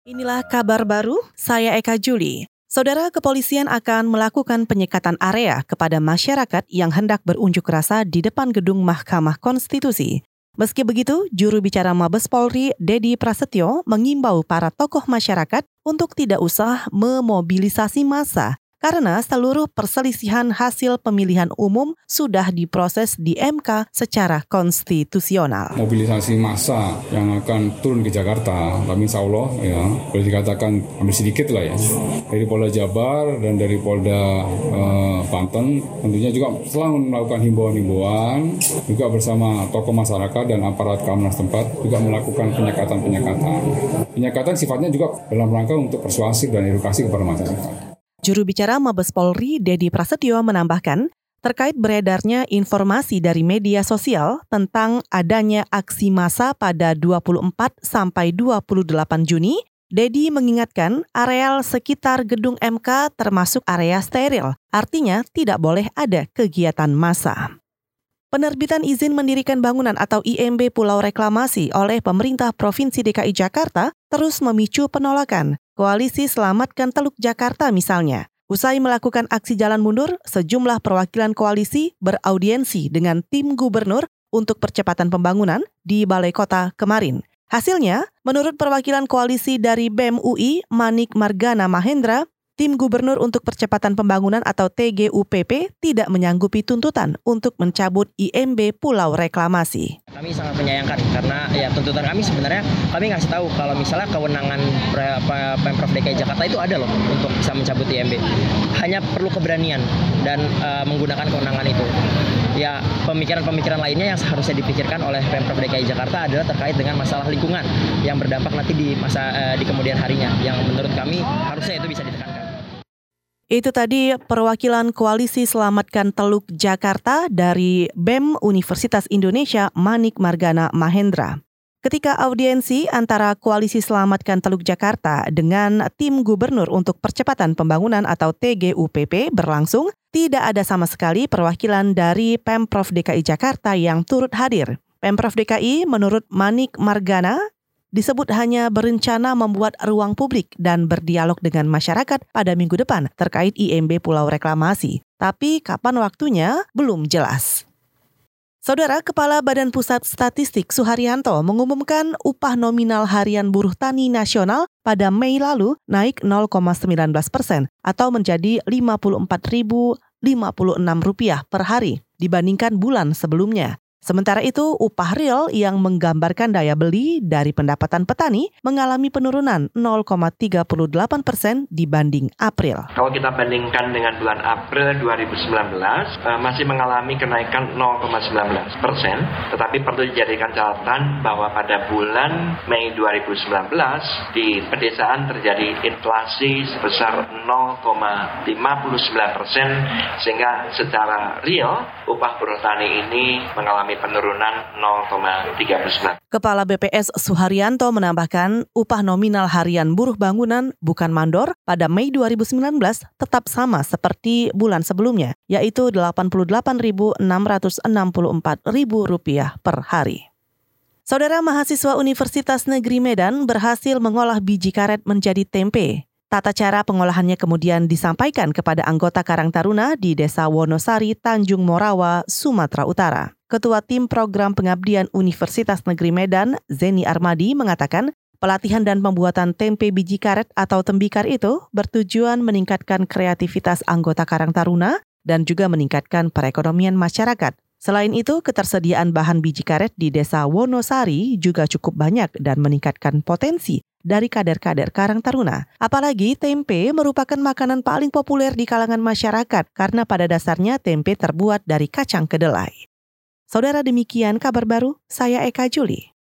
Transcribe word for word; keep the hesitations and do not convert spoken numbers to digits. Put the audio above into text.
Inilah kabar baru, saya Eka Juli. Saudara, kepolisian akan melakukan penyekatan area kepada masyarakat yang hendak berunjuk rasa di depan gedung Mahkamah Konstitusi. Meski begitu, juru bicara Mabes Polri, Dedi Prasetyo, mengimbau para tokoh masyarakat untuk tidak usah memobilisasi massa karena seluruh perselisihan hasil pemilihan umum sudah diproses di M K secara konstitusional. Mobilisasi massa yang akan turun ke Jakarta, tapi insya Allah ya boleh dikatakan hampir sedikit lah ya. Dari Polda Jabar dan dari Polda eh, Banten tentunya juga selalu melakukan himbauan-himbauan, juga bersama tokoh masyarakat dan aparat keamanan setempat juga melakukan penyekatan-penyekatan. Penyekatan sifatnya juga dalam rangka untuk persuasif dan edukasi kepada masyarakat. Juru bicara Mabes Polri, Dedi Prasetyo, menambahkan, terkait beredarnya informasi dari media sosial tentang adanya aksi massa pada dua puluh empat sampai dua puluh delapan Juni, Dedi mengingatkan areal sekitar gedung M K termasuk area steril, artinya tidak boleh ada kegiatan massa. Penerbitan izin mendirikan bangunan atau I M B Pulau Reklamasi oleh pemerintah Provinsi D K I Jakarta terus memicu penolakan. Koalisi Selamatkan Teluk Jakarta misalnya. Usai melakukan aksi jalan mundur, sejumlah perwakilan koalisi beraudiensi dengan tim gubernur untuk percepatan pembangunan di Balai Kota kemarin. Hasilnya, menurut perwakilan koalisi dari B E M U I, Manik Margana Mahendra, tim gubernur untuk percepatan pembangunan atau T G U P P tidak menyanggupi tuntutan untuk mencabut I M B Pulau Reklamasi. Kami sangat menyayangkan karena ya tuntutan kami sebenarnya kami ngasih tahu kalau misalnya kewenangan Pemprov D K I Jakarta itu ada loh untuk bisa mencabut I M B. Hanya perlu keberanian dan uh, menggunakan kewenangan itu. Ya pemikiran-pemikiran lainnya yang seharusnya dipikirkan oleh Pemprov D K I Jakarta adalah terkait dengan masalah lingkungan yang berdampak nanti di masa uh, di kemudian harinya yang menurut kami harusnya itu bisa ditekankan. Itu tadi perwakilan Koalisi Selamatkan Teluk Jakarta dari B E M Universitas Indonesia, Manik Margana Mahendra. Ketika audiensi antara Koalisi Selamatkan Teluk Jakarta dengan tim gubernur untuk percepatan pembangunan atau T G U P P berlangsung, tidak ada sama sekali perwakilan dari Pemprov D K I Jakarta yang turut hadir. Pemprov D K I menurut Manik Margana disebut hanya berencana membuat ruang publik dan berdialog dengan masyarakat pada minggu depan terkait I M B Pulau Reklamasi. Tapi kapan waktunya belum jelas. Saudara, Kepala Badan Pusat Statistik Suharyanto mengumumkan upah nominal harian buruh tani nasional pada Mei lalu naik nol koma sembilan belas persen atau menjadi lima puluh empat ribu lima puluh enam rupiah per hari dibandingkan bulan sebelumnya. Sementara itu, upah real yang menggambarkan daya beli dari pendapatan petani mengalami penurunan nol koma tiga delapan persen dibanding April. Kalau kita bandingkan dengan bulan April dua ribu sembilan belas, uh, masih mengalami kenaikan nol koma sembilan belas persen, tetapi perlu dijadikan catatan bahwa pada bulan Mei dua ribu sembilan belas di pedesaan terjadi inflasi sebesar nol koma lima sembilan persen, sehingga secara real upah buruh tani ini mengalami penurunan nol koma tiga sembilan. Kepala B P S Suharyanto menambahkan upah nominal harian buruh bangunan bukan mandor pada Mei dua ribu sembilan belas tetap sama seperti bulan sebelumnya, yaitu delapan puluh delapan ribu enam ratus enam puluh empat rupiah per hari. Saudara, mahasiswa Universitas Negeri Medan berhasil mengolah biji karet menjadi tempe. Tata cara pengolahannya kemudian disampaikan kepada anggota Karang Taruna di Desa Wonosari, Tanjung Morawa, Sumatera Utara. Ketua Tim Program Pengabdian Universitas Negeri Medan, Zeni Armadi, mengatakan pelatihan dan pembuatan tempe biji karet atau tembikar itu bertujuan meningkatkan kreativitas anggota Karang Taruna dan juga meningkatkan perekonomian masyarakat. Selain itu, ketersediaan bahan biji karet di Desa Wonosari juga cukup banyak dan meningkatkan potensi dari kader-kader Karang Taruna. Apalagi tempe merupakan makanan paling populer di kalangan masyarakat karena pada dasarnya tempe terbuat dari kacang kedelai. Saudara, demikian kabar baru, saya Eka Juli.